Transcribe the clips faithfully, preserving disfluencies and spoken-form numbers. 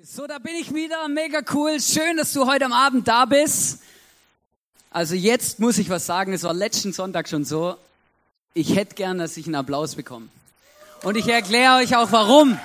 So, da bin ich wieder, mega cool, schön, dass du heute am Abend da bist. Also jetzt muss ich was sagen, es war letzten Sonntag schon so, ich hätte gern, dass ich einen Applaus bekomme. Und ich erkläre euch auch warum.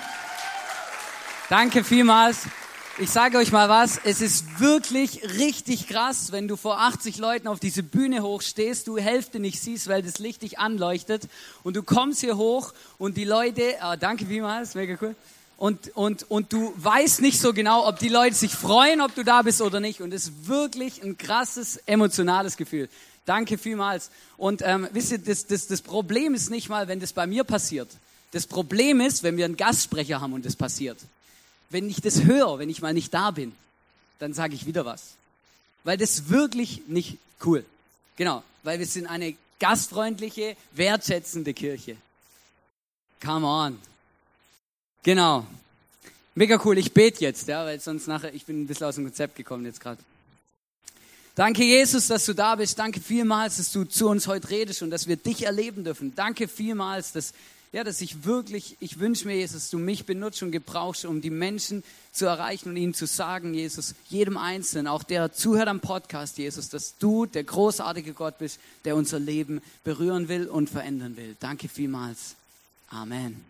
Danke vielmals. Ich sage euch mal was, es ist wirklich richtig krass, wenn du vor achtzig Leuten auf diese Bühne hochstehst, du Hälfte nicht siehst, weil das Licht dich anleuchtet und du kommst hier hoch und die Leute, ah, danke vielmals, mega cool. Und, und, und du weißt nicht so genau, ob die Leute sich freuen, ob du da bist oder nicht. Und es ist wirklich ein krasses, emotionales Gefühl. Danke vielmals. Und ähm, wisst ihr, das, das, das Problem ist nicht mal, wenn das bei mir passiert. Das Problem ist, wenn wir einen Gastsprecher haben und das passiert. Wenn ich das höre, wenn ich mal nicht da bin, dann sage ich wieder was. Weil das ist wirklich nicht cool. Genau, weil wir sind eine gastfreundliche, wertschätzende Kirche. Come on. Genau. Mega cool. Ich bete jetzt, ja, weil sonst nachher, ich bin ein bisschen aus dem Konzept gekommen jetzt gerade. Danke, Jesus, dass du da bist. Danke vielmals, dass du zu uns heute redest und dass wir dich erleben dürfen. Danke vielmals, dass, ja, dass ich wirklich, ich wünsche mir, Jesus, dass du mich benutzt und gebrauchst, um die Menschen zu erreichen und ihnen zu sagen, Jesus, jedem Einzelnen, auch der zuhört am Podcast, Jesus, dass du der großartige Gott bist, der unser Leben berühren will und verändern will. Danke vielmals. Amen.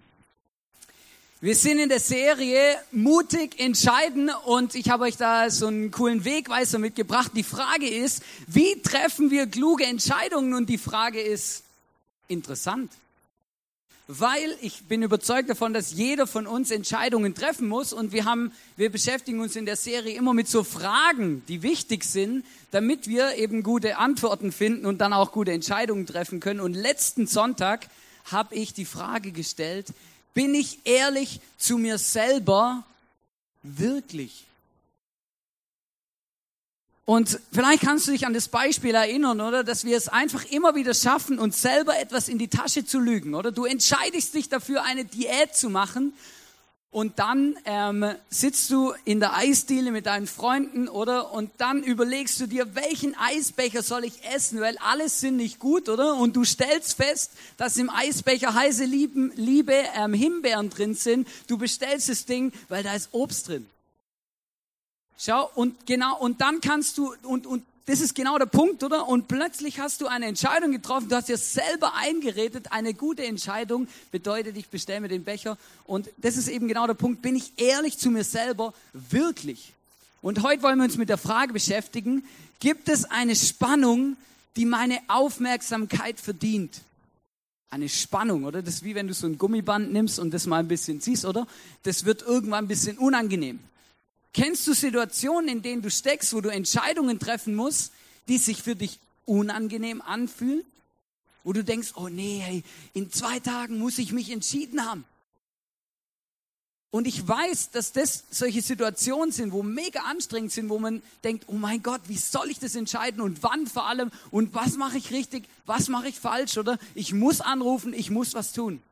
Wir sind in der Serie Mutig entscheiden und ich habe euch da so einen coolen Wegweiser mitgebracht. Die Frage ist, wie treffen wir kluge Entscheidungen? Und die Frage ist interessant, weil ich bin überzeugt davon, dass jeder von uns Entscheidungen treffen muss und wir haben, wir beschäftigen uns in der Serie immer mit so Fragen, die wichtig sind, damit wir eben gute Antworten finden und dann auch gute Entscheidungen treffen können. Und letzten Sonntag habe ich die Frage gestellt, bin ich ehrlich zu mir selber wirklich? Und vielleicht kannst du dich an das Beispiel erinnern, oder? Dass wir es einfach immer wieder schaffen, uns selber etwas in die Tasche zu lügen, oder? Du entscheidest dich dafür, eine Diät zu machen und dann ähm, sitzt du in der Eisdiele mit deinen Freunden, oder? Und dann überlegst du dir, welchen Eisbecher soll ich essen, weil alles sind nicht gut, oder? Und du stellst fest, dass im Eisbecher heiße Lieben, liebe ähm, Himbeeren drin sind. Du bestellst das Ding, weil da ist Obst drin. Schau, und genau, und dann kannst du, und, und das ist genau der Punkt, oder? Und plötzlich hast du eine Entscheidung getroffen, du hast dir selber eingeredet, eine gute Entscheidung bedeutet, ich bestelle mir den Becher. Und das ist eben genau der Punkt, bin ich ehrlich zu mir selber wirklich? Und heute wollen wir uns mit der Frage beschäftigen, gibt es eine Spannung, die meine Aufmerksamkeit verdient? Eine Spannung, oder? Das ist wie wenn du so ein Gummiband nimmst und das mal ein bisschen ziehst, oder? Das wird irgendwann ein bisschen unangenehm. Kennst du Situationen, in denen du steckst, wo du Entscheidungen treffen musst, die sich für dich unangenehm anfühlen? Wo du denkst, oh nee, hey, in zwei Tagen muss ich mich entschieden haben. Und ich weiß, dass das solche Situationen sind, wo mega anstrengend sind, wo man denkt, oh mein Gott, wie soll ich das entscheiden und wann vor allem und was mache ich richtig, was mache ich falsch, oder? Ich muss anrufen, ich muss was tun.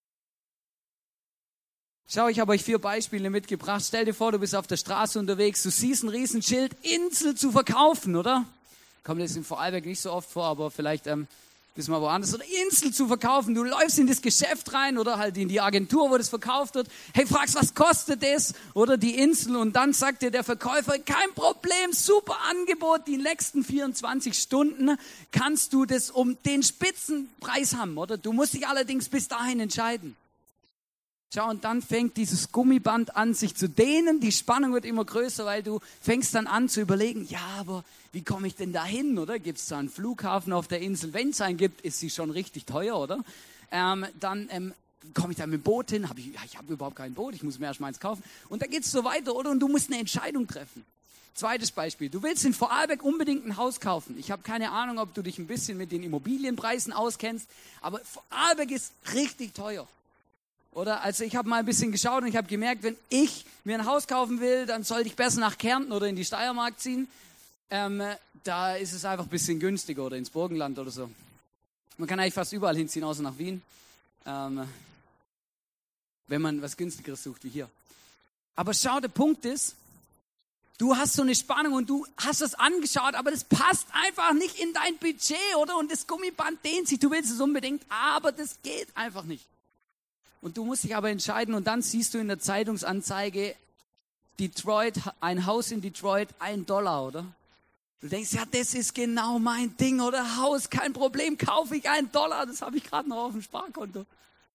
Schau, ich habe euch vier Beispiele mitgebracht. Stell dir vor, du bist auf der Straße unterwegs, du siehst ein Riesenschild, Insel zu verkaufen, oder? Kommt jetzt in Vorarlberg nicht so oft vor, aber vielleicht ähm, bist du mal woanders. Oder Insel zu verkaufen, du läufst in das Geschäft rein oder halt in die Agentur, wo das verkauft wird. Hey, fragst, was kostet das? Oder die Insel und dann sagt dir der Verkäufer, kein Problem, super Angebot, die nächsten vierundzwanzig Stunden kannst du das um den Spitzenpreis haben, oder? Du musst dich allerdings bis dahin entscheiden. Schau, und dann fängt dieses Gummiband an, sich zu dehnen. Die Spannung wird immer größer, weil du fängst dann an zu überlegen, ja, aber wie komme ich denn da hin, oder? Gibt es da einen Flughafen auf der Insel? Wenn es einen gibt, ist sie schon richtig teuer, oder? Ähm, dann ähm, komme ich da mit dem Boot hin. Hab ich ja, ich habe überhaupt kein Boot, ich muss mir erst mal eins kaufen. Und dann geht es so weiter, oder? Und du musst eine Entscheidung treffen. Zweites Beispiel. Du willst in Vorarlberg unbedingt ein Haus kaufen. Ich habe keine Ahnung, ob du dich ein bisschen mit den Immobilienpreisen auskennst, aber Vorarlberg ist richtig teuer. Oder? Also ich habe mal ein bisschen geschaut und ich habe gemerkt, wenn ich mir ein Haus kaufen will, dann sollte ich besser nach Kärnten oder in die Steiermark ziehen. Ähm, da ist es einfach ein bisschen günstiger oder ins Burgenland oder so. Man kann eigentlich fast überall hinziehen, außer nach Wien, ähm, wenn man was Günstigeres sucht wie hier. Aber schau, der Punkt ist, du hast so eine Spannung und du hast das angeschaut, aber das passt einfach nicht in dein Budget, oder? Und das Gummiband dehnt sich, du willst es unbedingt, aber das geht einfach nicht. Und du musst dich aber entscheiden und dann siehst du in der Zeitungsanzeige Detroit, ein Haus in Detroit, ein Dollar, oder? Du denkst, ja, das ist genau mein Ding, oder? Haus, kein Problem, kaufe ich einen Dollar, das habe ich gerade noch auf dem Sparkonto.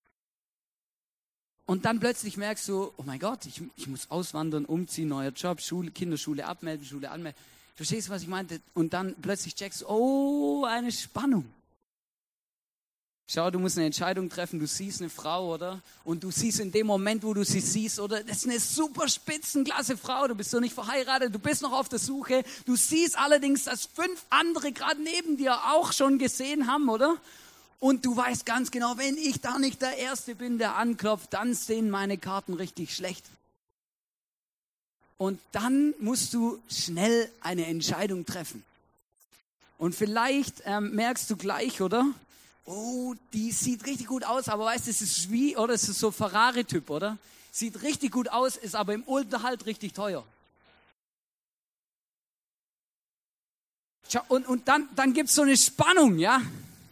Und dann plötzlich merkst du, oh mein Gott, ich, ich muss auswandern, umziehen, neuer Job, Schule, Kinderschule abmelden, Schule anmelden. Verstehst du, was ich meinte? Und dann plötzlich checkst du, oh, eine Spannung. Schau, du musst eine Entscheidung treffen, du siehst eine Frau, oder? Und du siehst in dem Moment, wo du sie siehst, oder? Das ist eine super spitzenklasse Frau, du bist doch nicht verheiratet, du bist noch auf der Suche. Du siehst allerdings, dass fünf andere gerade neben dir auch schon gesehen haben, oder? Und du weißt ganz genau, wenn ich da nicht der Erste bin, der anklopft, dann sehen meine Karten richtig schlecht. Und dann musst du schnell eine Entscheidung treffen. Und vielleicht ähm, merkst du gleich, oder? Oh, die sieht richtig gut aus, aber weißt du, es ist wie, oder es ist so Ferrari-Typ, oder? Sieht richtig gut aus, ist aber im Unterhalt richtig teuer. Schau, und, und dann, dann gibt's so eine Spannung, ja?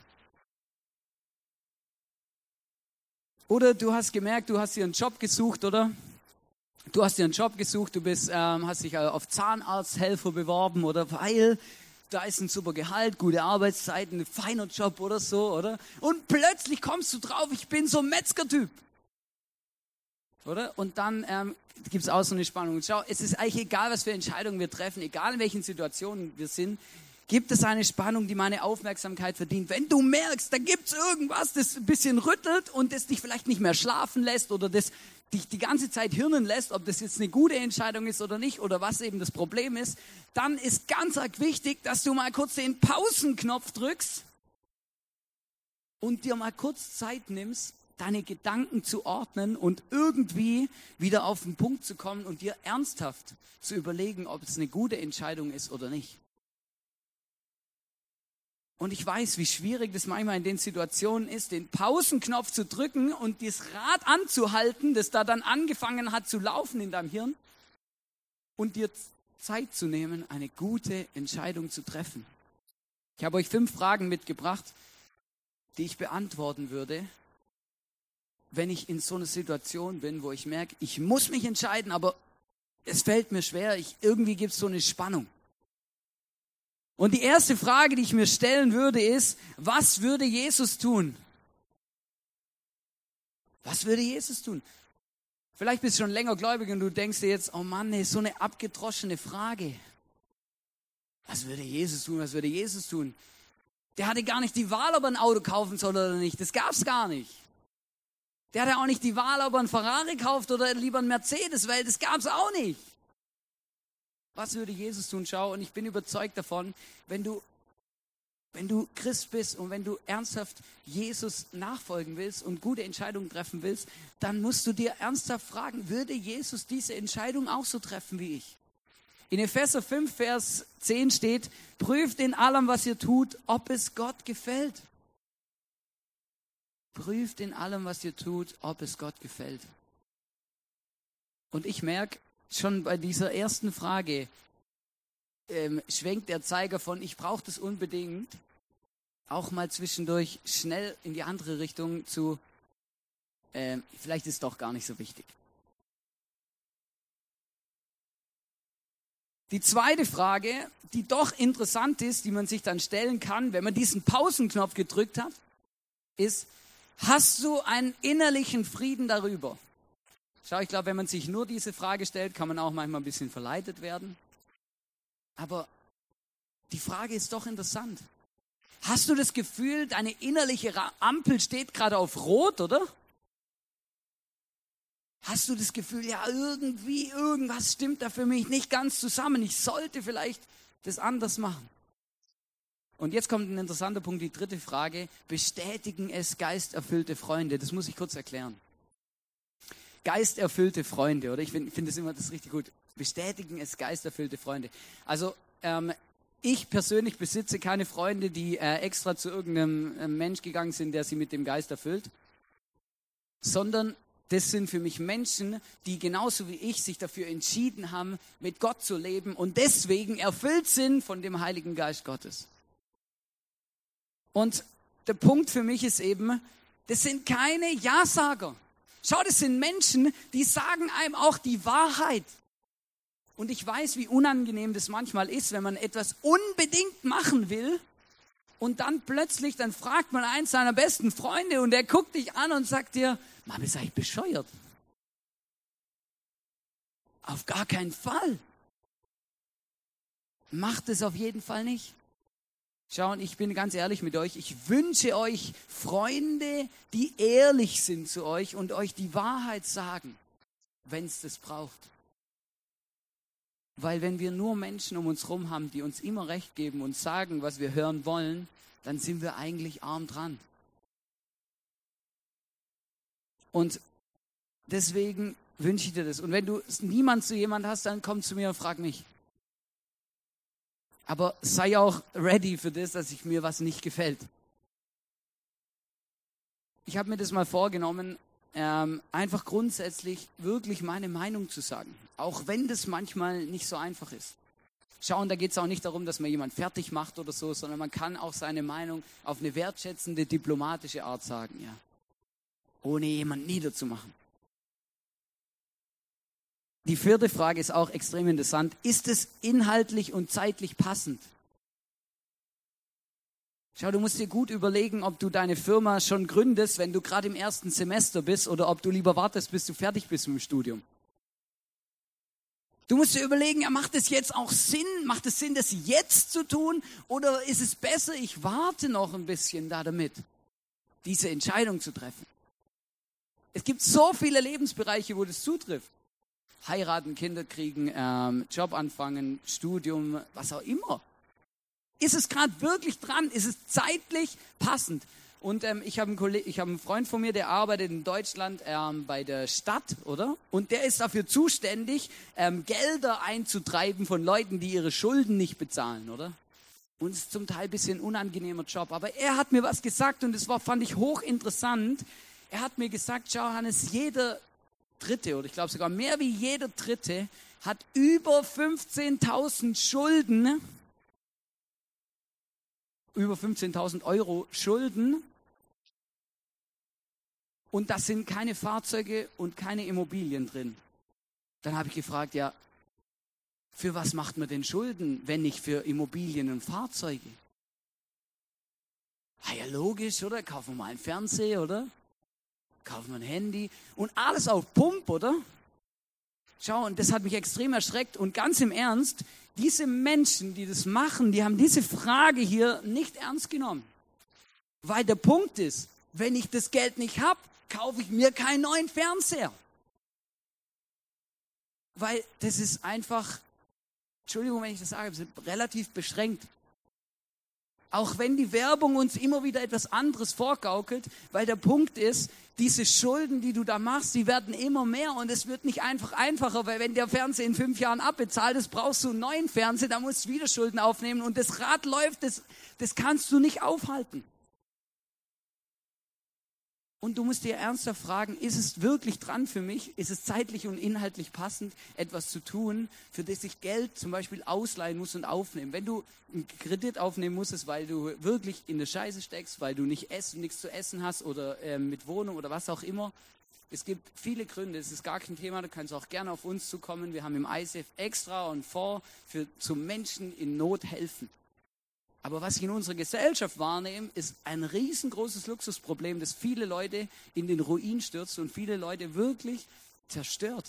Oder du hast gemerkt, du hast dir einen Job gesucht, oder? Du hast dir einen Job gesucht, du bist, ähm, hast dich auf Zahnarzthelfer beworben, oder? Weil da ist ein super Gehalt, gute Arbeitszeiten, ein feiner Job oder so, oder? Und plötzlich kommst du drauf, ich bin so ein Metzger-Typ. Oder? Und dann ähm, gibt es auch so eine Spannung. Schau, es ist eigentlich egal, was für Entscheidungen wir treffen, egal in welchen Situationen wir sind, gibt es eine Spannung, die meine Aufmerksamkeit verdient. Wenn du merkst, da gibt es irgendwas, das ein bisschen rüttelt und das dich vielleicht nicht mehr schlafen lässt oder das dich die ganze Zeit hirnen lässt, ob das jetzt eine gute Entscheidung ist oder nicht oder was eben das Problem ist, dann ist ganz arg wichtig, dass du mal kurz den Pausenknopf drückst und dir mal kurz Zeit nimmst, deine Gedanken zu ordnen und irgendwie wieder auf den Punkt zu kommen und dir ernsthaft zu überlegen, ob es eine gute Entscheidung ist oder nicht. Und ich weiß, wie schwierig das manchmal in den Situationen ist, den Pausenknopf zu drücken und das Rad anzuhalten, das da dann angefangen hat zu laufen in deinem Hirn und dir Zeit zu nehmen, eine gute Entscheidung zu treffen. Ich habe euch fünf Fragen mitgebracht, die ich beantworten würde, wenn ich in so einer Situation bin, wo ich merke, ich muss mich entscheiden, aber es fällt mir schwer, ich, irgendwie gibt es so eine Spannung. Und die erste Frage, die ich mir stellen würde, ist, was würde Jesus tun? Was würde Jesus tun? Vielleicht bist du schon länger gläubig und du denkst dir jetzt, oh Mann, nee, so eine abgedroschene Frage. Was würde Jesus tun? Was würde Jesus tun? Der hatte gar nicht die Wahl, ob er ein Auto kaufen soll oder nicht. Das gab's gar nicht. Der hatte auch nicht die Wahl, ob er ein Ferrari kauft oder lieber ein Mercedes, weil das gab's auch nicht. Was würde Jesus tun? Schau, und ich bin überzeugt davon, wenn du, wenn du Christ bist und wenn du ernsthaft Jesus nachfolgen willst und gute Entscheidungen treffen willst, dann musst du dir ernsthaft fragen, würde Jesus diese Entscheidung auch so treffen wie ich? In Epheser fünf, Vers zehn steht, prüft in allem, was ihr tut, ob es Gott gefällt. Prüft in allem, was ihr tut, ob es Gott gefällt. Und ich merke, schon bei dieser ersten Frage ähm, schwenkt der Zeiger von, ich brauche das unbedingt, auch mal zwischendurch schnell in die andere Richtung zu, ähm, vielleicht ist es doch gar nicht so wichtig. Die zweite Frage, die doch interessant ist, die man sich dann stellen kann, wenn man diesen Pausenknopf gedrückt hat, ist, hast du einen innerlichen Frieden darüber? Schau, ich glaube, wenn man sich nur diese Frage stellt, kann man auch manchmal ein bisschen verleitet werden. Aber die Frage ist doch interessant. Hast du das Gefühl, deine innerliche Ampel steht gerade auf Rot, oder? Hast du das Gefühl, ja, irgendwie, irgendwas stimmt da für mich nicht ganz zusammen. Ich sollte vielleicht das anders machen. Und jetzt kommt ein interessanter Punkt, die dritte Frage. Bestätigen es geisterfüllte Freunde? Das muss ich kurz erklären. Geisterfüllte Freunde, oder? Ich finde find das immer das richtig gut. Bestätigen es geisterfüllte Freunde. Also ähm, ich persönlich besitze keine Freunde, die äh, extra zu irgendeinem äh, Mensch gegangen sind, der sie mit dem Geist erfüllt, sondern das sind für mich Menschen, die genauso wie ich sich dafür entschieden haben, mit Gott zu leben und deswegen erfüllt sind von dem Heiligen Geist Gottes. Und der Punkt für mich ist eben, das sind keine Ja-Sager. Schau, das sind Menschen, die sagen einem auch die Wahrheit. Und ich weiß, wie unangenehm das manchmal ist, wenn man etwas unbedingt machen will und dann plötzlich, dann fragt man eins seiner besten Freunde und der guckt dich an und sagt dir, Mann, bist du eigentlich bescheuert? Auf gar keinen Fall. Macht es auf jeden Fall nicht. Schau, und ich bin ganz ehrlich mit euch, ich wünsche euch Freunde, die ehrlich sind zu euch und euch die Wahrheit sagen, wenn es das braucht. Weil wenn wir nur Menschen um uns herum haben, die uns immer recht geben und sagen, was wir hören wollen, dann sind wir eigentlich arm dran. Und deswegen wünsche ich dir das. Und wenn du niemand zu jemand hast, dann komm zu mir und frag mich. Aber sei auch ready für das, dass ich mir was nicht gefällt. Ich habe mir das mal vorgenommen, ähm, einfach grundsätzlich wirklich meine Meinung zu sagen. Auch wenn das manchmal nicht so einfach ist. Schau, und da geht es auch nicht darum, dass man jemand fertig macht oder so, sondern man kann auch seine Meinung auf eine wertschätzende, diplomatische Art sagen, ja. Ohne jemanden niederzumachen. Die vierte Frage ist auch extrem interessant. Ist es inhaltlich und zeitlich passend? Schau, du musst dir gut überlegen, ob du deine Firma schon gründest, wenn du gerade im ersten Semester bist oder ob du lieber wartest, bis du fertig bist mit dem Studium. Du musst dir überlegen, ja, macht es jetzt auch Sinn? Macht es Sinn, das jetzt zu tun? Oder ist es besser, ich warte noch ein bisschen da damit, diese Entscheidung zu treffen? Es gibt so viele Lebensbereiche, wo das zutrifft. Heiraten, Kinder kriegen, ähm, Job anfangen, Studium, was auch immer. Ist es gerade wirklich dran? Ist es zeitlich passend? Und ähm, ich habe einen, Kolleg- ich hab einen Freund von mir, der arbeitet in Deutschland ähm, bei der Stadt, oder? Und der ist dafür zuständig, ähm, Gelder einzutreiben von Leuten, die ihre Schulden nicht bezahlen, oder? Und es ist zum Teil ein bisschen ein unangenehmer Job. Aber er hat mir was gesagt und das war, fand ich hochinteressant. Er hat mir gesagt, schau Hannes, jeder Dritte, oder ich glaube sogar mehr wie jeder Dritte, hat über fünfzehntausend Schulden, über fünfzehntausend Euro Schulden. Und das sind keine Fahrzeuge und keine Immobilien drin. Dann habe ich gefragt, ja, für was macht man denn Schulden, wenn nicht für Immobilien und Fahrzeuge? Ah ja, logisch, oder? Kaufen wir mal einen Fernseher, oder? Kaufen wir ein Handy und alles auf Pump, oder? Schau, und das hat mich extrem erschreckt und ganz im Ernst, diese Menschen, die das machen, die haben diese Frage hier nicht ernst genommen. Weil der Punkt ist, wenn ich das Geld nicht habe, kaufe ich mir keinen neuen Fernseher. Weil das ist einfach, Entschuldigung, wenn ich das sage, relativ beschränkt. Auch wenn die Werbung uns immer wieder etwas anderes vorgaukelt, weil der Punkt ist, diese Schulden, die du da machst, die werden immer mehr und es wird nicht einfach einfacher, weil wenn der Fernseher in fünf Jahren abbezahlt ist, brauchst du einen neuen Fernseher, da musst du wieder Schulden aufnehmen und das Rad läuft, das, das kannst du nicht aufhalten. Und du musst dir ernsthaft fragen, ist es wirklich dran für mich, ist es zeitlich und inhaltlich passend, etwas zu tun, für das ich Geld zum Beispiel ausleihen muss und aufnehmen. Wenn du einen Kredit aufnehmen musstest, weil du wirklich in der Scheiße steckst, weil du nicht essen, nichts zu essen hast oder äh, mit Wohnung oder was auch immer. Es gibt viele Gründe, es ist gar kein Thema, du kannst auch gerne auf uns zukommen. Wir haben im I C F extra und Fonds für zum Menschen in Not helfen. Aber was ich in unserer Gesellschaft wahrnehme, ist ein riesengroßes Luxusproblem, das viele Leute in den Ruin stürzt und viele Leute wirklich zerstört.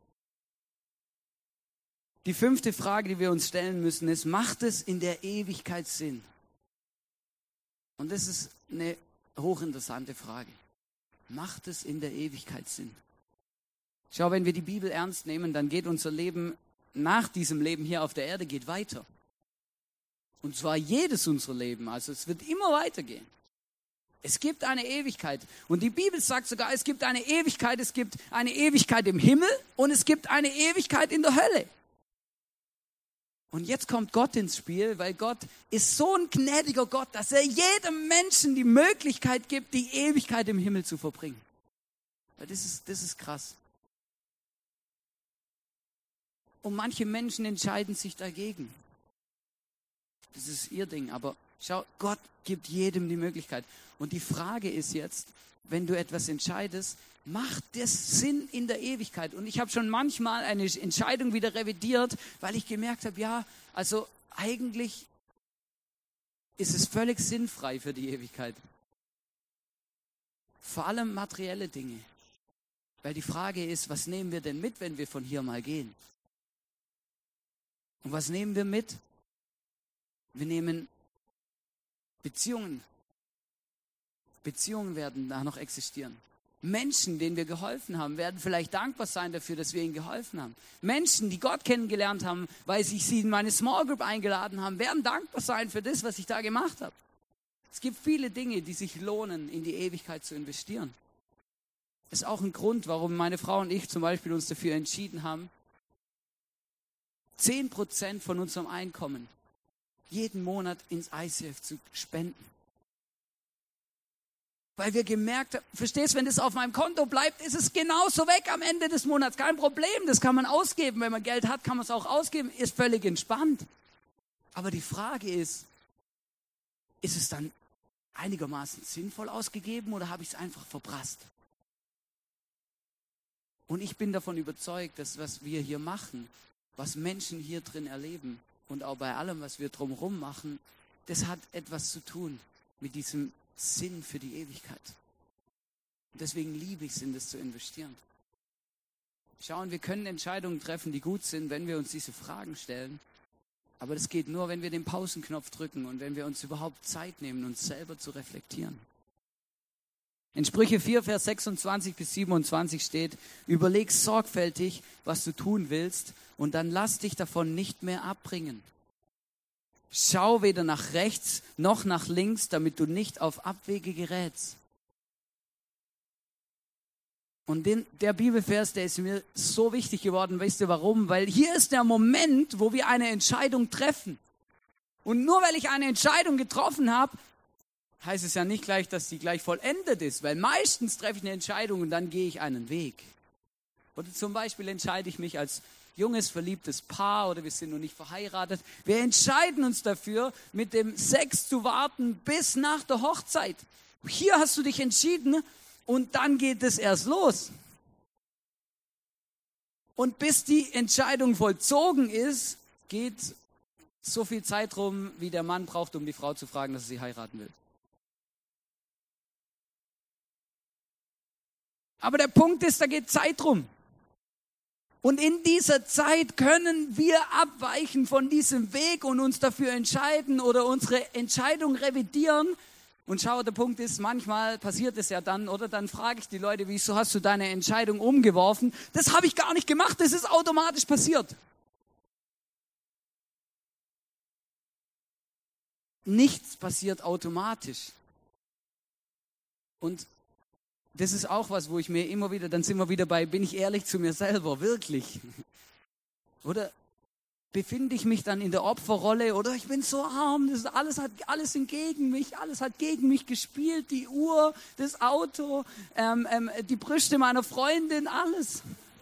Die fünfte Frage, die wir uns stellen müssen, ist, macht es in der Ewigkeit Sinn? Und das ist eine hochinteressante Frage. Macht es in der Ewigkeit Sinn? Schau, wenn wir die Bibel ernst nehmen, dann geht unser Leben nach diesem Leben hier auf der Erde geht weiter. Und zwar jedes unserer Leben, also es wird immer weitergehen. Es gibt eine Ewigkeit. Und die Bibel sagt sogar, es gibt eine Ewigkeit, es gibt eine Ewigkeit im Himmel und es gibt eine Ewigkeit in der Hölle. Und jetzt kommt Gott ins Spiel, weil Gott ist so ein gnädiger Gott, dass er jedem Menschen die Möglichkeit gibt, die Ewigkeit im Himmel zu verbringen. Das ist, das ist krass. Und manche Menschen entscheiden sich dagegen. Das ist ihr Ding, aber schau, Gott gibt jedem die Möglichkeit. Und die Frage ist jetzt, wenn du etwas entscheidest, macht das Sinn in der Ewigkeit. Und ich habe schon manchmal eine Entscheidung wieder revidiert, weil ich gemerkt habe, ja, also eigentlich ist es völlig sinnfrei für die Ewigkeit. Vor allem materielle Dinge. Weil die Frage ist, was nehmen wir denn mit, wenn wir von hier mal gehen? Und was nehmen wir mit? Wir nehmen Beziehungen. Beziehungen werden da noch existieren. Menschen, denen wir geholfen haben, werden vielleicht dankbar sein dafür, dass wir ihnen geholfen haben. Menschen, die Gott kennengelernt haben, weil sich sie in meine Small Group eingeladen haben, werden dankbar sein für das, was ich da gemacht habe. Es gibt viele Dinge, die sich lohnen, in die Ewigkeit zu investieren. Das ist auch ein Grund, warum meine Frau und ich zum Beispiel uns dafür entschieden haben, zehn Prozent von unserem Einkommen jeden Monat ins I C F zu spenden. Weil wir gemerkt haben, verstehst, wenn das auf meinem Konto bleibt, ist es genauso weg am Ende des Monats. Kein Problem, das kann man ausgeben. Wenn man Geld hat, kann man es auch ausgeben. Ist völlig entspannt. Aber die Frage ist, ist es dann einigermaßen sinnvoll ausgegeben oder habe ich es einfach verprasst? Und ich bin davon überzeugt, dass was wir hier machen, was Menschen hier drin erleben und auch bei allem, was wir drumherum machen, das hat etwas zu tun mit diesem Sinn für die Ewigkeit. Und deswegen liebe ich es, in das zu investieren. Schauen, wir können Entscheidungen treffen, die gut sind, wenn wir uns diese Fragen stellen. Aber das geht nur, wenn wir den Pausenknopf drücken und wenn wir uns überhaupt Zeit nehmen, uns selber zu reflektieren. In Sprüche vier, Vers sechsundzwanzig bis siebenundzwanzig steht, überleg sorgfältig, was du tun willst und dann lass dich davon nicht mehr abbringen. Schau weder nach rechts noch nach links, damit du nicht auf Abwege gerätst. Und den, der Bibelvers, der ist mir so wichtig geworden, weißt du warum? Weil hier ist der Moment, wo wir eine Entscheidung treffen. Und nur weil ich eine Entscheidung getroffen habe, heißt es ja nicht gleich, dass die gleich vollendet ist. Weil meistens treffe ich eine Entscheidung und dann gehe ich einen Weg. Oder zum Beispiel entscheide ich mich als junges, verliebtes Paar oder wir sind noch nicht verheiratet. Wir entscheiden uns dafür, mit dem Sex zu warten bis nach der Hochzeit. Hier hast du dich entschieden und dann geht es erst los. Und bis die Entscheidung vollzogen ist, geht so viel Zeit rum, wie der Mann braucht, um die Frau zu fragen, dass er sie heiraten will. Aber der Punkt ist, da geht Zeit rum. Und in dieser Zeit können wir abweichen von diesem Weg und uns dafür entscheiden oder unsere Entscheidung revidieren. Und schau, der Punkt ist, manchmal passiert es ja dann, oder dann frage ich die Leute, wieso hast du deine Entscheidung umgeworfen? Das habe ich gar nicht gemacht, das ist automatisch passiert. Nichts passiert automatisch. Und das ist auch was, wo ich mir immer wieder, dann sind wir wieder bei, bin ich ehrlich zu mir selber, wirklich? Oder befinde ich mich dann in der Opferrolle oder ich bin so arm, das alles hat alles sind gegen mich, alles hat gegen mich gespielt, die Uhr, das Auto, ähm, ähm, die Brüste meiner Freundin, alles.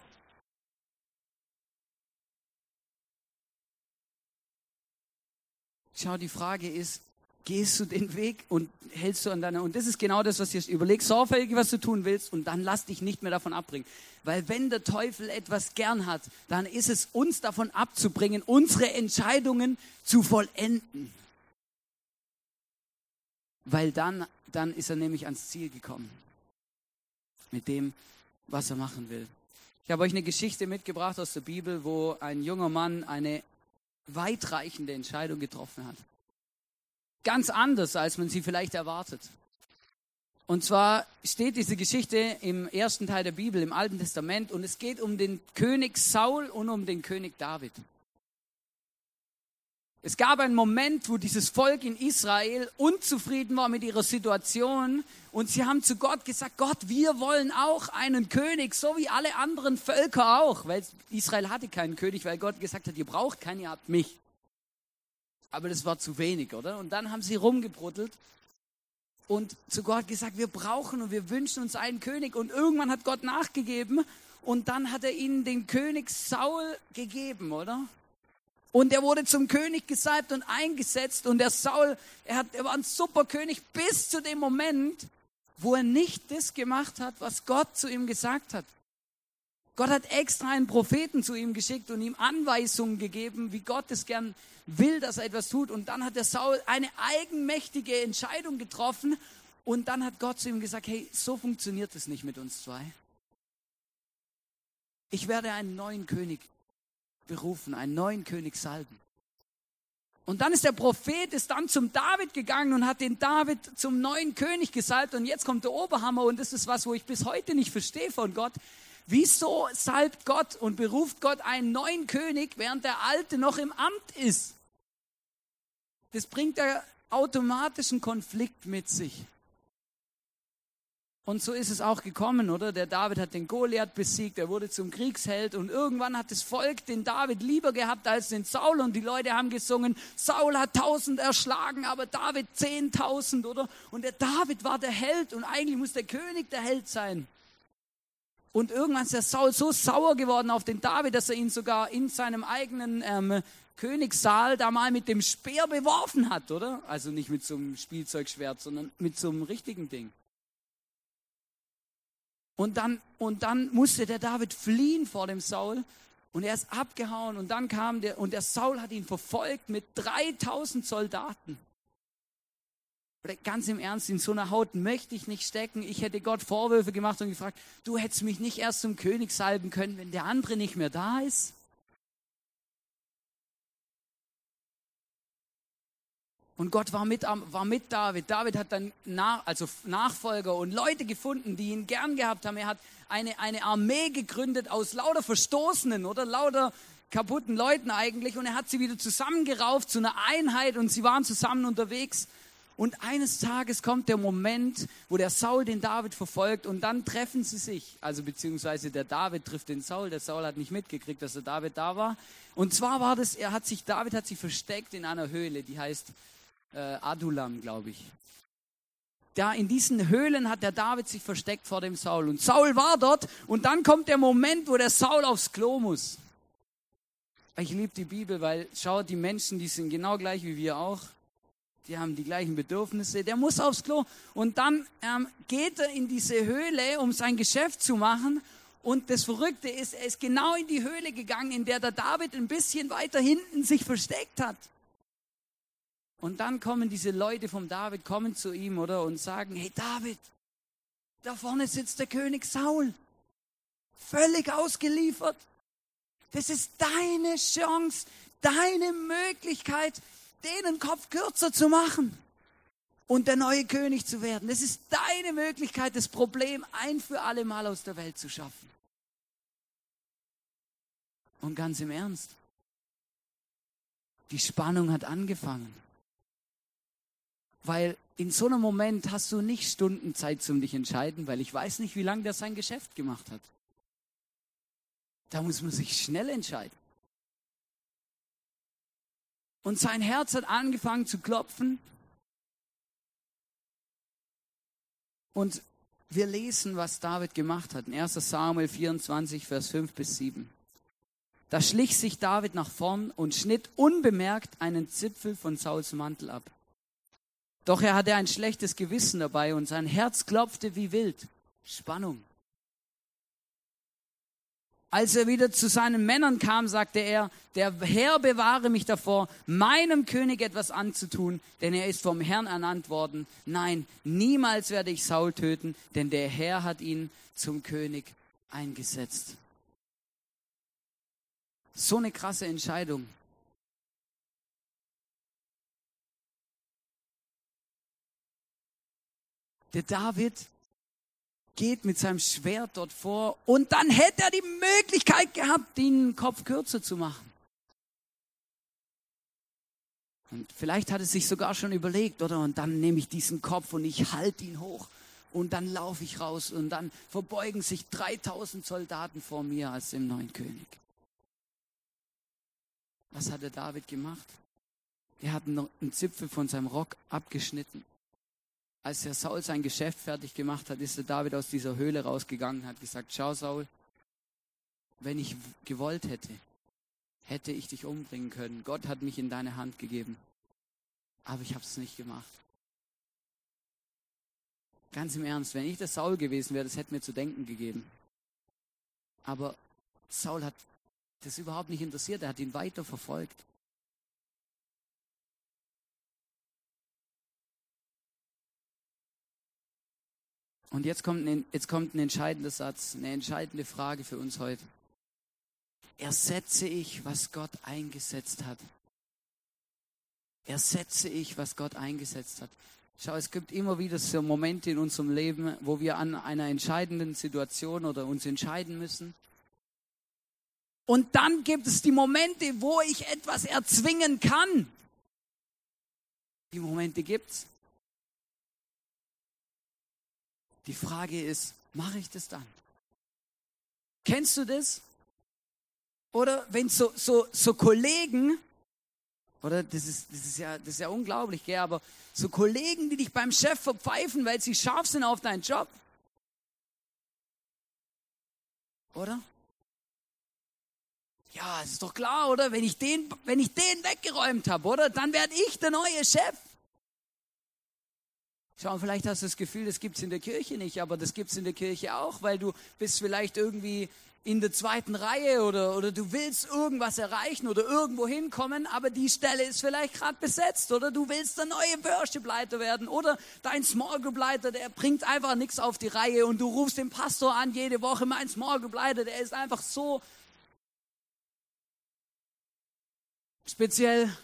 Schau, die Frage ist, gehst du den Weg und hältst du an deiner, und das ist genau das, was hier steht. Überleg sorgfältig, was du tun willst und dann lass dich nicht mehr davon abbringen. Weil wenn der Teufel etwas gern hat, dann ist es uns davon abzubringen, unsere Entscheidungen zu vollenden. Weil dann, dann ist er nämlich ans Ziel gekommen. Mit dem, was er machen will. Ich habe euch eine Geschichte mitgebracht aus der Bibel, wo ein junger Mann eine weitreichende Entscheidung getroffen hat. Ganz anders, als man sie vielleicht erwartet. Und zwar steht diese Geschichte im ersten Teil der Bibel, im Alten Testament, und es geht um den König Saul und um den König David. Es gab einen Moment, wo dieses Volk in Israel unzufrieden war mit ihrer Situation und sie haben zu Gott gesagt, Gott, wir wollen auch einen König, so wie alle anderen Völker auch, weil Israel hatte keinen König, weil Gott gesagt hat, ihr braucht keinen, ihr habt mich. Aber das war zu wenig, oder? Und dann haben sie rumgebruddelt und zu Gott gesagt, wir brauchen und wir wünschen uns einen König. Und irgendwann hat Gott nachgegeben und dann hat er ihnen den König Saul gegeben, oder? Und er wurde zum König gesalbt und eingesetzt und der Saul, er, hat, er war ein super König bis zu dem Moment, wo er nicht das gemacht hat, was Gott zu ihm gesagt hat. Gott hat extra einen Propheten zu ihm geschickt und ihm Anweisungen gegeben, wie Gott es gern will, dass er etwas tut. Und dann hat der Saul eine eigenmächtige Entscheidung getroffen und dann hat Gott zu ihm gesagt, hey, so funktioniert es nicht mit uns zwei. Ich werde einen neuen König berufen, einen neuen König salben. Und dann ist der Prophet ist dann zum David gegangen und hat den David zum neuen König gesalbt. Und jetzt kommt der Oberhammer und das ist was, wo ich bis heute nicht verstehe von Gott. Wieso salbt Gott und beruft Gott einen neuen König, während der alte noch im Amt ist? Das bringt ja automatischen Konflikt mit sich. Und so ist es auch gekommen, oder? Der David hat den Goliath besiegt, er wurde zum Kriegsheld und irgendwann hat das Volk den David lieber gehabt als den Saul und die Leute haben gesungen, Saul hat tausend erschlagen, aber David zehntausend, oder? Und der David war der Held und eigentlich muss der König der Held sein. Und irgendwann ist der Saul so sauer geworden auf den David, dass er ihn sogar in seinem eigenen ähm, Königssaal da mal mit dem Speer beworfen hat, oder? Also nicht mit so einem Spielzeugschwert, sondern mit so einem richtigen Ding. Und dann, und dann musste der David fliehen vor dem Saul und er ist abgehauen und dann kam der, und der Saul hat ihn verfolgt mit dreitausend Soldaten. Ganz im Ernst, in so einer Haut möchte ich nicht stecken. Ich hätte Gott Vorwürfe gemacht und gefragt, du hättest mich nicht erst zum König salben können, wenn der andere nicht mehr da ist. Und Gott war mit, war mit David. David hat dann nach, also Nachfolger und Leute gefunden, die ihn gern gehabt haben. Er hat eine, eine Armee gegründet aus lauter Verstoßenen oder lauter kaputten Leuten eigentlich. Und er hat sie wieder zusammengerauft zu einer Einheit und sie waren zusammen unterwegs. Und eines Tages kommt der Moment, wo der Saul den David verfolgt und dann treffen sie sich. Also beziehungsweise der David trifft den Saul. Der Saul hat nicht mitgekriegt, dass der David da war. Und zwar war das, er hat sich, David hat sich versteckt in einer Höhle, die heißt äh, Adullam, glaube ich. Da in diesen Höhlen hat der David sich versteckt vor dem Saul. Und Saul war dort und dann kommt der Moment, wo der Saul aufs Klo muss. Ich liebe die Bibel, weil schaut, die Menschen, die sind genau gleich wie wir auch. Die haben die gleichen Bedürfnisse. Der muss aufs Klo. Und dann ähm, geht er in diese Höhle, um sein Geschäft zu machen. Und das Verrückte ist, er ist genau in die Höhle gegangen, in der der David ein bisschen weiter hinten sich versteckt hat. Und dann kommen diese Leute vom David, kommen zu ihm, oder? Und sagen, hey David, da vorne sitzt der König Saul. Völlig ausgeliefert. Das ist deine Chance, deine Möglichkeit, den Kopf kürzer zu machen und der neue König zu werden. Das ist deine Möglichkeit, das Problem ein für alle Mal aus der Welt zu schaffen. Und ganz im Ernst, die Spannung hat angefangen. Weil in so einem Moment hast du nicht Stunden Zeit zum dich entscheiden, weil ich weiß nicht, wie lange der sein Geschäft gemacht hat. Da muss man sich schnell entscheiden. Und sein Herz hat angefangen zu klopfen. Und wir lesen, was David gemacht hat. In erster Samuel vierundzwanzig, Vers fünf bis sieben. Da schlich sich David nach vorn und schnitt unbemerkt einen Zipfel von Sauls Mantel ab. Doch er hatte ein schlechtes Gewissen dabei und sein Herz klopfte wie wild. Spannung. Als er wieder zu seinen Männern kam, sagte er, der Herr bewahre mich davor, meinem König etwas anzutun, denn er ist vom Herrn ernannt worden. Nein, niemals werde ich Saul töten, denn der Herr hat ihn zum König eingesetzt. So eine krasse Entscheidung. Der David geht mit seinem Schwert dort vor und dann hätte er die Möglichkeit gehabt, den Kopf kürzer zu machen. Und vielleicht hat er sich sogar schon überlegt, oder? Und dann nehme ich diesen Kopf und ich halte ihn hoch und dann laufe ich raus und dann verbeugen sich dreitausend Soldaten vor mir als dem neuen König. Was hat der David gemacht? Er hat einen Zipfel von seinem Rock abgeschnitten. Als der Saul sein Geschäft fertig gemacht hat, ist der David aus dieser Höhle rausgegangen und hat gesagt, schau Saul, wenn ich gewollt hätte, hätte ich dich umbringen können. Gott hat mich in deine Hand gegeben, aber ich habe es nicht gemacht. Ganz im Ernst, wenn ich der Saul gewesen wäre, das hätte mir zu denken gegeben. Aber Saul hat das überhaupt nicht interessiert, er hat ihn weiter verfolgt. Und jetzt kommt, ein, jetzt kommt ein entscheidender Satz, eine entscheidende Frage für uns heute. Ersetze ich, was Gott eingesetzt hat? Ersetze ich, was Gott eingesetzt hat? Schau, es gibt immer wieder so Momente in unserem Leben, wo wir an einer entscheidenden Situation oder uns entscheiden müssen. Und dann gibt es die Momente, wo ich etwas erzwingen kann. Die Momente gibt's. Die Frage ist, mache ich das dann? Kennst du das? Oder wenn so, so, so Kollegen, oder das ist, das ist ja, das ist ja unglaublich, gell? Aber so Kollegen, die dich beim Chef verpfeifen, weil sie scharf sind auf deinen Job. Oder? Ja, es ist doch klar, oder? Wenn ich den, wenn ich den weggeräumt habe, oder? Dann werde ich der neue Chef. Schau, vielleicht hast du das Gefühl, das gibt es in der Kirche nicht, aber das gibt es in der Kirche auch, weil du bist vielleicht irgendwie in der zweiten Reihe oder, oder du willst irgendwas erreichen oder irgendwo hinkommen, aber die Stelle ist vielleicht gerade besetzt oder du willst der neue Worship-Leiter werden oder dein Small Group-Leiter, der bringt einfach nichts auf die Reihe und du rufst den Pastor an jede Woche, mein Small Group-Leiter, der ist einfach so speziell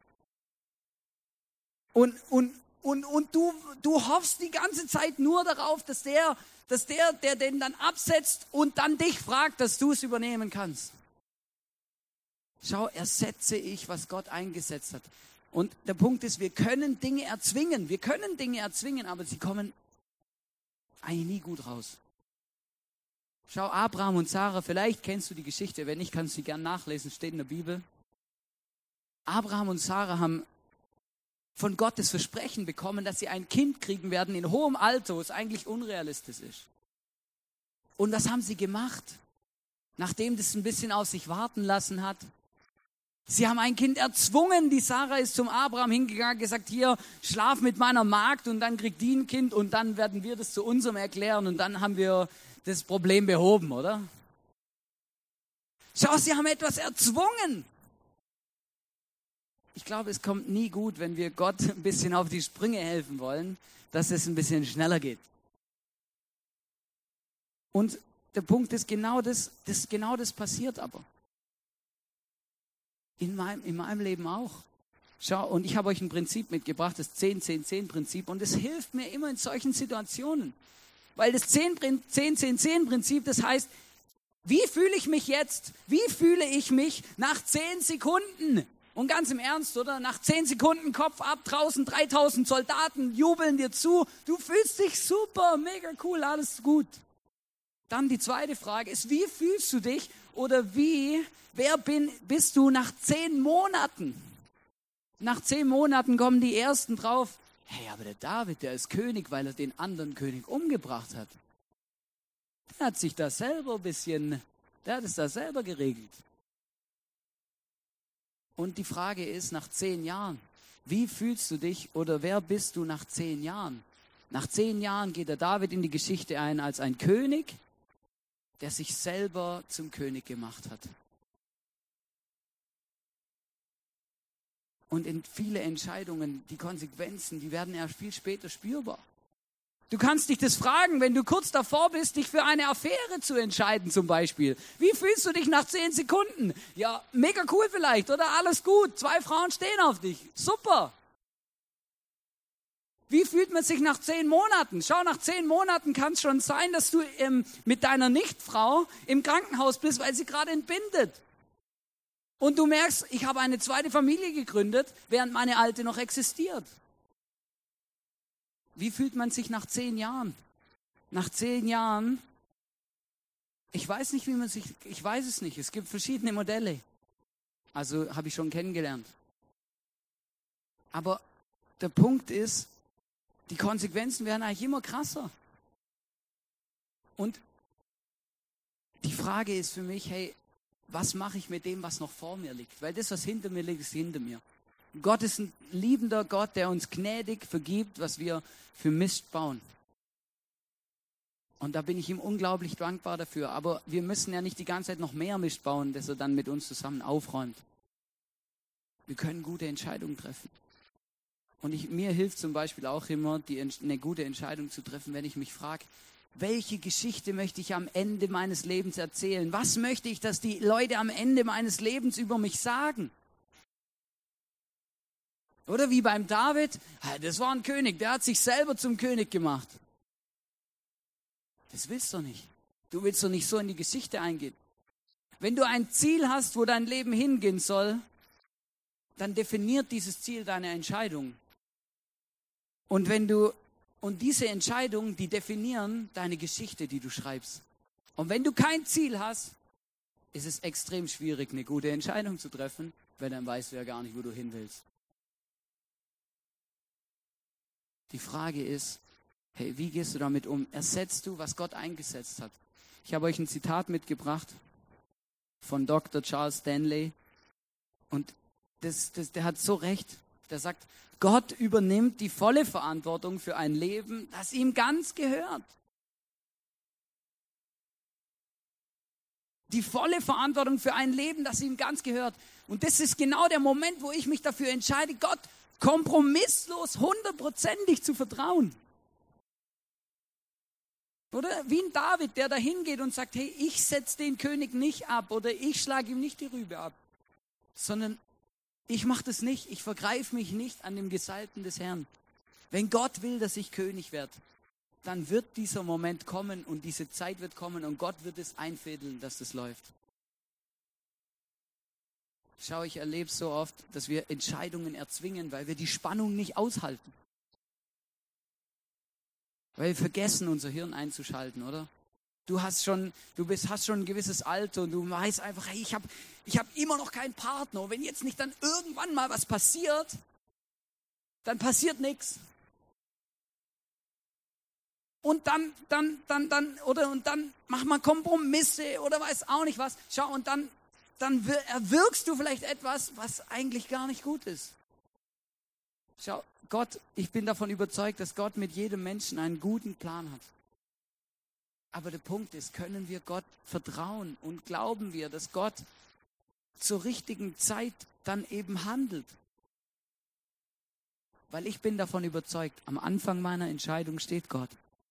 und, und Und, und du, du hoffst die ganze Zeit nur darauf, dass der, dass der, der den dann absetzt und dann dich fragt, dass du es übernehmen kannst. Schau, ersetze ich, was Gott eingesetzt hat. Und der Punkt ist, wir können Dinge erzwingen. Wir können Dinge erzwingen, aber sie kommen eigentlich nie gut raus. Schau, Abraham und Sarah, vielleicht kennst du die Geschichte, wenn nicht, kannst du sie gern nachlesen, steht in der Bibel. Abraham und Sarah haben von Gott das Versprechen bekommen, dass sie ein Kind kriegen werden in hohem Alter, was eigentlich unrealistisch ist. Und was haben sie gemacht? Nachdem das ein bisschen auf sich warten lassen hat. Sie haben ein Kind erzwungen. Die Sarah ist zum Abraham hingegangen, gesagt, hier, schlaf mit meiner Magd und dann kriegt die ein Kind und dann werden wir das zu unserem erklären und dann haben wir das Problem behoben, oder? Schau, sie haben etwas erzwungen. Ich glaube, es kommt nie gut, wenn wir Gott ein bisschen auf die Sprünge helfen wollen, dass es ein bisschen schneller geht. Und der Punkt ist, genau das, das, genau das passiert aber. In meinem, in meinem Leben auch. Schau, und ich habe euch ein Prinzip mitgebracht, das zehn zehn zehn Prinzip, und es hilft mir immer in solchen Situationen. Weil das zehn zehn zehn zehn Prinzip, das heißt, wie fühle ich mich jetzt? Wie fühle ich mich nach zehn Sekunden? Und ganz im Ernst, oder? Nach zehn Sekunden Kopf ab, draußen dreitausend Soldaten jubeln dir zu. Du fühlst dich super, mega cool, alles gut. Dann die zweite Frage ist, wie fühlst du dich oder wie, wer bin, bist du nach zehn Monaten? Nach zehn Monaten kommen die Ersten drauf, hey, aber der David, der ist König, weil er den anderen König umgebracht hat. Der hat sich das selber ein bisschen, der hat es da selber geregelt. Und die Frage ist, nach zehn Jahren, wie fühlst du dich oder wer bist du nach zehn Jahren? Nach zehn Jahren geht der David in die Geschichte ein als ein König, der sich selber zum König gemacht hat. Und in viele Entscheidungen, die Konsequenzen, die werden erst viel später spürbar. Du kannst dich das fragen, wenn du kurz davor bist, dich für eine Affäre zu entscheiden zum Beispiel. Wie fühlst du dich nach zehn Sekunden? Ja, mega cool vielleicht, oder? Alles gut, zwei Frauen stehen auf dich. Super. Wie fühlt man sich nach zehn Monaten? Schau, nach zehn Monaten kann es schon sein, dass du ähm, mit deiner Nichtfrau im Krankenhaus bist, weil sie gerade entbindet. Und du merkst, ich habe eine zweite Familie gegründet, während meine alte noch existiert. Wie fühlt man sich nach zehn Jahren? Nach zehn Jahren, ich weiß nicht, wie man sich, ich weiß es nicht. Es gibt verschiedene Modelle. Also habe ich schon kennengelernt. Aber der Punkt ist, die Konsequenzen werden eigentlich immer krasser. Und die Frage ist für mich, hey, was mache ich mit dem, was noch vor mir liegt? Weil das, was hinter mir liegt, ist hinter mir. Gott ist ein liebender Gott, der uns gnädig vergibt, was wir für Mist bauen. Und da bin ich ihm unglaublich dankbar dafür. Aber wir müssen ja nicht die ganze Zeit noch mehr Mist bauen, dass er dann mit uns zusammen aufräumt. Wir können gute Entscheidungen treffen. Und ich, mir hilft zum Beispiel auch immer, die, eine gute Entscheidung zu treffen, wenn ich mich frage, welche Geschichte möchte ich am Ende meines Lebens erzählen? Was möchte ich, dass die Leute am Ende meines Lebens über mich sagen? Oder wie beim David, das war ein König, der hat sich selber zum König gemacht. Das willst du nicht. Du willst doch nicht so in die Geschichte eingehen. Wenn du ein Ziel hast, wo dein Leben hingehen soll, dann definiert dieses Ziel deine Entscheidung. Und wenn du und diese Entscheidungen, die definieren deine Geschichte, die du schreibst. Und wenn du kein Ziel hast, ist es extrem schwierig, eine gute Entscheidung zu treffen, weil dann weißt du ja gar nicht, wo du hin willst. Die Frage ist, hey, wie gehst du damit um? Ersetzt du, was Gott eingesetzt hat? Ich habe euch ein Zitat mitgebracht von Doktor Charles Stanley. Und das, das, der hat so recht. Der sagt, Gott übernimmt die volle Verantwortung für ein Leben, das ihm ganz gehört. Die volle Verantwortung für ein Leben, das ihm ganz gehört. Und das ist genau der Moment, wo ich mich dafür entscheide, Gott kompromisslos, hundertprozentig zu vertrauen. Oder wie ein David, der da hingeht und sagt, hey, ich setze den König nicht ab oder ich schlage ihm nicht die Rübe ab, sondern ich mache das nicht, ich vergreife mich nicht an dem Gesalbten des Herrn. Wenn Gott will, dass ich König werde, dann wird dieser Moment kommen und diese Zeit wird kommen und Gott wird es einfädeln, dass das läuft. Schau, ich erlebe so oft, dass wir Entscheidungen erzwingen, weil wir die Spannung nicht aushalten. Weil wir vergessen, unser Hirn einzuschalten, oder? Du hast schon, du bist, hast schon ein gewisses Alter und du weißt einfach, hey, ich habe ich hab immer noch keinen Partner. Und wenn jetzt nicht dann irgendwann mal was passiert, dann passiert nichts. Und dann, dann, dann, dann, oder und dann mach mal Kompromisse oder weiß auch nicht was. Schau, und dann, dann erwirkst du vielleicht etwas, was eigentlich gar nicht gut ist. Schau, Gott, ich bin davon überzeugt, dass Gott mit jedem Menschen einen guten Plan hat. Aber der Punkt ist, können wir Gott vertrauen und glauben wir, dass Gott zur richtigen Zeit dann eben handelt? Weil ich bin davon überzeugt, am Anfang meiner Entscheidung steht Gott.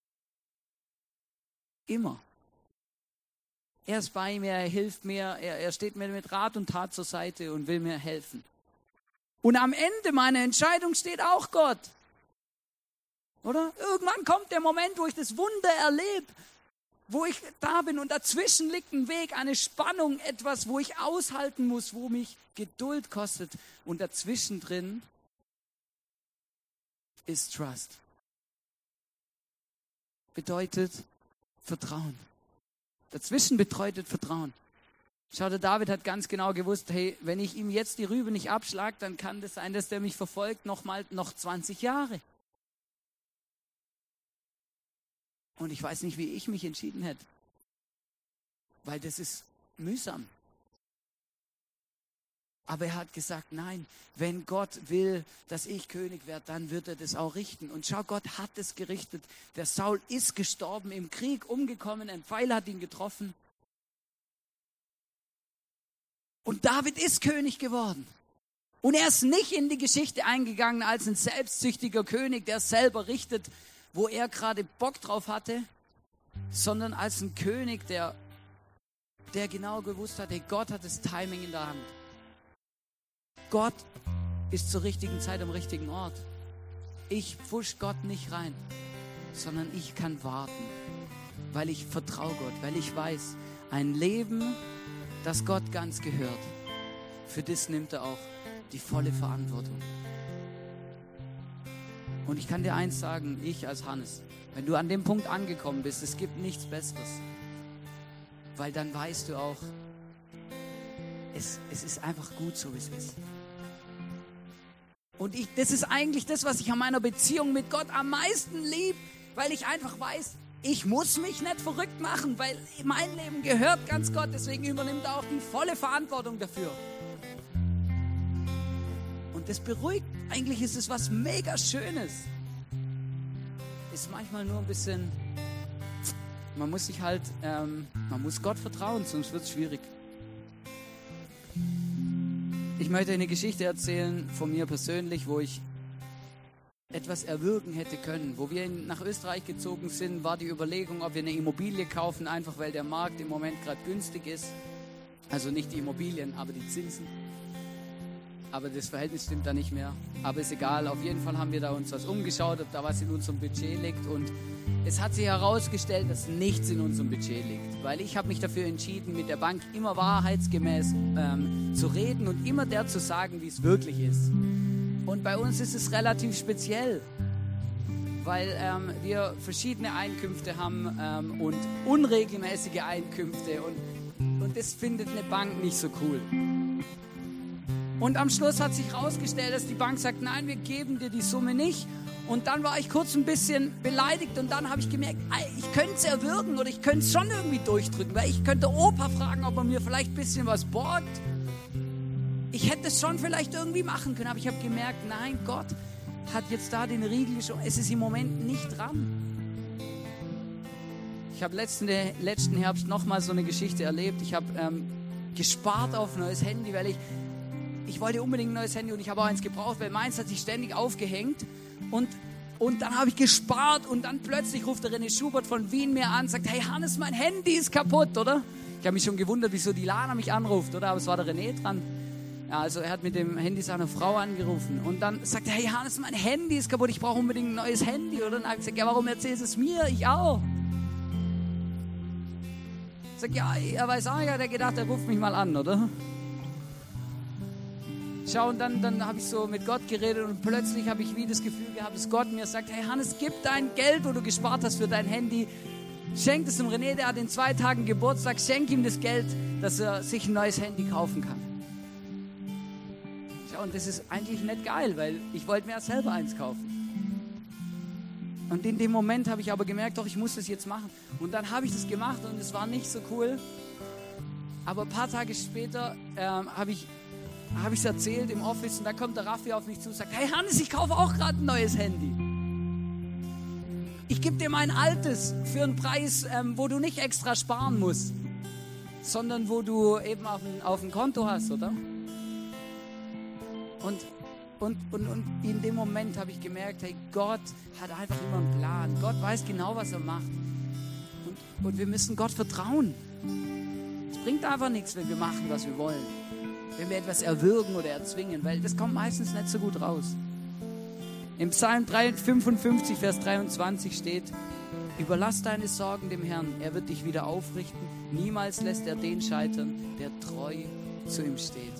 Immer. Er ist bei mir, er hilft mir, er, er steht mir mit Rat und Tat zur Seite und will mir helfen. Und am Ende meiner Entscheidung steht auch Gott. Oder? Irgendwann kommt der Moment, wo ich das Wunder erlebe, wo ich da bin und dazwischen liegt ein Weg, eine Spannung, etwas, wo ich aushalten muss, wo mich Geduld kostet. Und dazwischen drin ist Trust. Bedeutet Vertrauen. Dazwischen bedeutet Vertrauen. Schau, der David hat ganz genau gewusst, hey, wenn ich ihm jetzt die Rübe nicht abschlage, dann kann das sein, dass der mich verfolgt noch mal noch zwanzig Jahre. Und ich weiß nicht, wie ich mich entschieden hätte. Weil das ist mühsam. Aber er hat gesagt, nein, wenn Gott will, dass ich König werde, dann wird er das auch richten. Und schau, Gott hat es gerichtet. Der Saul ist gestorben, im Krieg umgekommen, ein Pfeil hat ihn getroffen. Und David ist König geworden. Und er ist nicht in die Geschichte eingegangen als ein selbstsüchtiger König, der selber richtet, wo er gerade Bock drauf hatte, sondern als ein König, der, der genau gewusst hat, hey, Gott hat das Timing in der Hand. Gott ist zur richtigen Zeit am richtigen Ort. Ich pfusch Gott nicht rein, sondern ich kann warten, weil ich vertraue Gott, weil ich weiß, ein Leben, das Gott ganz gehört, für das nimmt er auch die volle Verantwortung. Und ich kann dir eins sagen, ich als Hannes, wenn du an dem Punkt angekommen bist, es gibt nichts Besseres, weil dann weißt du auch, es, es ist einfach gut so, wie es ist. Und ich, das ist eigentlich das, was ich an meiner Beziehung mit Gott am meisten liebe, weil ich einfach weiß, ich muss mich nicht verrückt machen, weil mein Leben gehört ganz Gott, deswegen übernimmt er auch die volle Verantwortung dafür. Und das beruhigt, eigentlich ist es was mega Schönes. Ist manchmal nur ein bisschen Man muss sich halt, ähm, man muss Gott vertrauen, sonst wird es schwierig. Ich möchte eine Geschichte erzählen von mir persönlich, wo ich etwas erwürgen hätte können. Wo wir nach Österreich gezogen sind, war die Überlegung, ob wir eine Immobilie kaufen, einfach weil der Markt im Moment gerade günstig ist. Also nicht die Immobilien, aber die Zinsen. Aber das Verhältnis stimmt da nicht mehr. Aber ist egal, auf jeden Fall haben wir da uns was umgeschaut, ob da was in unserem Budget liegt. Und es hat sich herausgestellt, dass nichts in unserem Budget liegt. Weil ich habe mich dafür entschieden, mit der Bank immer wahrheitsgemäß ähm, zu reden und immer der zu sagen, wie es wirklich ist. Und bei uns ist es relativ speziell, weil ähm, wir verschiedene Einkünfte haben ähm, und unregelmäßige Einkünfte. Und, und das findet eine Bank nicht so cool. Und am Schluss hat sich herausgestellt, dass die Bank sagt, nein, wir geben dir die Summe nicht. Und dann war ich kurz ein bisschen beleidigt und dann habe ich gemerkt, ich könnte es erwürgen oder ich könnte es schon irgendwie durchdrücken, weil ich könnte Opa fragen, ob er mir vielleicht ein bisschen was borgt. Ich hätte es schon vielleicht irgendwie machen können, aber ich habe gemerkt, nein, Gott hat jetzt da den Riegel geschoben. Es ist im Moment nicht dran. Ich habe letzten, letzten Herbst nochmal so eine Geschichte erlebt. Ich habe ähm, gespart auf ein neues Handy, weil ich Ich wollte unbedingt ein neues Handy und ich habe auch eins gebraucht, weil meins hat sich ständig aufgehängt. Und, und dann habe ich gespart und dann plötzlich ruft der René Schubert von Wien mir an und sagt, hey Hannes, mein Handy ist kaputt, oder? Ich habe mich schon gewundert, wieso die Lana mich anruft, oder? Aber es war der René dran. Ja, also er hat mit dem Handy seiner Frau angerufen. Und dann sagt er, hey Hannes, mein Handy ist kaputt, ich brauche unbedingt ein neues Handy, oder? Und dann habe ich gesagt, ja, warum erzählst du es mir? Ich auch. Ich sage, ja, er weiß auch, er hat gedacht, er ruft mich mal an, oder? Schau, und dann, dann habe ich so mit Gott geredet und plötzlich habe ich wie das Gefühl gehabt, dass Gott mir sagt, hey Hannes, gib dein Geld, wo du gespart hast für dein Handy, schenk es dem René, der hat in zwei Tagen Geburtstag, schenk ihm das Geld, dass er sich ein neues Handy kaufen kann. Schau, und das ist eigentlich nicht geil, weil ich wollte mir ja selber eins kaufen. Und in dem Moment habe ich aber gemerkt, doch, ich muss das jetzt machen. Und dann habe ich das gemacht und es war nicht so cool. Aber ein paar Tage später ähm, habe ich habe ich es erzählt im Office und da kommt der Raffi auf mich zu und sagt, hey Hannes, ich kaufe auch gerade ein neues Handy. Ich gebe dir mein altes für einen Preis, ähm, wo du nicht extra sparen musst, sondern wo du eben auf ein, auf ein Konto hast, oder? Und, und, und, und in dem Moment habe ich gemerkt, hey, Gott hat einfach immer einen Plan. Gott weiß genau, was er macht. Und, und wir müssen Gott vertrauen. Es bringt einfach nichts, wenn wir machen, was wir wollen. Wenn wir etwas erwürgen oder erzwingen, weil das kommt meistens nicht so gut raus. Im Psalm fünfundfünfzig, Vers dreiundzwanzig steht, überlass deine Sorgen dem Herrn, er wird dich wieder aufrichten. Niemals lässt er den scheitern, der treu zu ihm steht.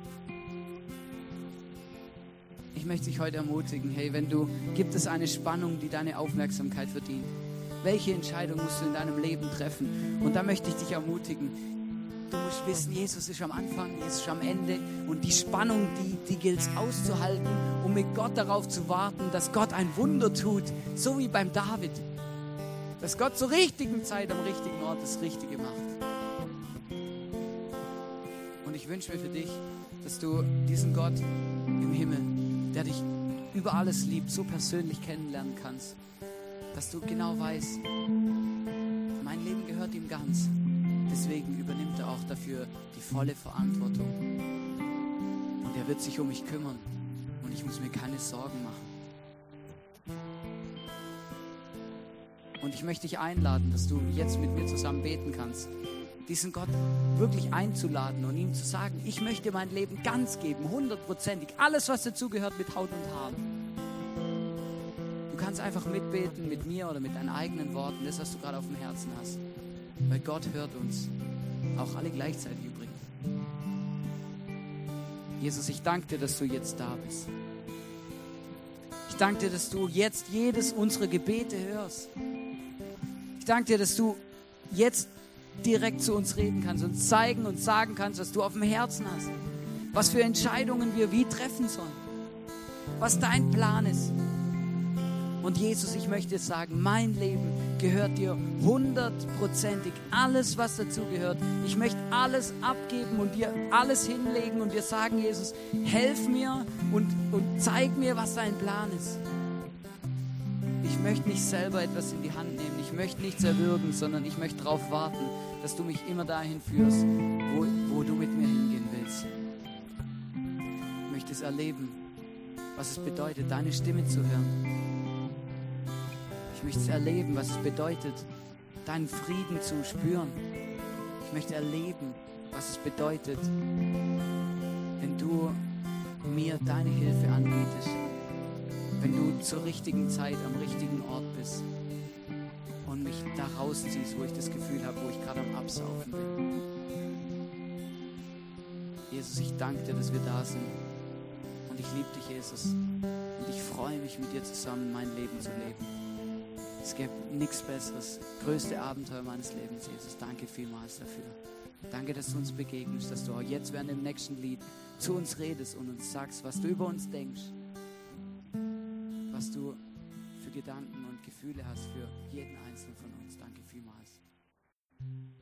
Ich möchte dich heute ermutigen, hey, wenn du, gibt es eine Spannung, die deine Aufmerksamkeit verdient? Welche Entscheidung musst du in deinem Leben treffen? Und da möchte ich dich ermutigen, du musst wissen, Jesus ist am Anfang, Jesus ist am Ende und die Spannung, die, die gilt es auszuhalten, um mit Gott darauf zu warten, dass Gott ein Wunder tut, so wie beim David. Dass Gott zur richtigen Zeit am richtigen Ort das Richtige macht. Und ich wünsche mir für dich, dass du diesen Gott im Himmel, der dich über alles liebt, so persönlich kennenlernen kannst, dass du genau weißt, mein Leben gehört ihm ganz. Deswegen übernimmt er auch dafür die volle Verantwortung. Und er wird sich um mich kümmern. Und ich muss mir keine Sorgen machen. Und ich möchte dich einladen, dass du jetzt mit mir zusammen beten kannst. Diesen Gott wirklich einzuladen und ihm zu sagen, ich möchte mein Leben ganz geben, hundertprozentig. Alles, was dazugehört, mit Haut und Haaren. Du kannst einfach mitbeten mit mir oder mit deinen eigenen Worten, das, was du gerade auf dem Herzen hast. Weil Gott hört uns, auch alle gleichzeitig übrigens. Jesus, ich danke dir, dass du jetzt da bist. Ich danke dir, dass du jetzt jedes unserer Gebete hörst. Ich danke dir, dass du jetzt direkt zu uns reden kannst und zeigen und sagen kannst, was du auf dem Herzen hast. Was für Entscheidungen wir wie treffen sollen. Was dein Plan ist. Und Jesus, ich möchte jetzt sagen, mein Leben gehört dir hundertprozentig. Alles, was dazu gehört. Ich möchte alles abgeben und dir alles hinlegen und dir sagen, Jesus, helf mir und, und zeig mir, was dein Plan ist. Ich möchte nicht selber etwas in die Hand nehmen. Ich möchte nichts erwürgen, sondern ich möchte darauf warten, dass du mich immer dahin führst, wo, wo du mit mir hingehen willst. Ich möchte es erleben, was es bedeutet, deine Stimme zu hören. Ich möchte es erleben, was es bedeutet, deinen Frieden zu spüren. Ich möchte erleben, was es bedeutet, wenn du mir deine Hilfe anbietest, wenn du zur richtigen Zeit am richtigen Ort bist und mich da rausziehst, wo ich das Gefühl habe, wo ich gerade am Absaufen bin. Jesus, ich danke dir, dass wir da sind und ich liebe dich, Jesus, und ich freue mich, mit dir zusammen mein Leben zu leben. Es gibt nichts Besseres, größte Abenteuer meines Lebens, Jesus. Danke vielmals dafür. Danke, dass du uns begegnest, dass du auch jetzt während dem nächsten Lied zu uns redest und uns sagst, was du über uns denkst, was du für Gedanken und Gefühle hast für jeden Einzelnen von uns. Danke vielmals.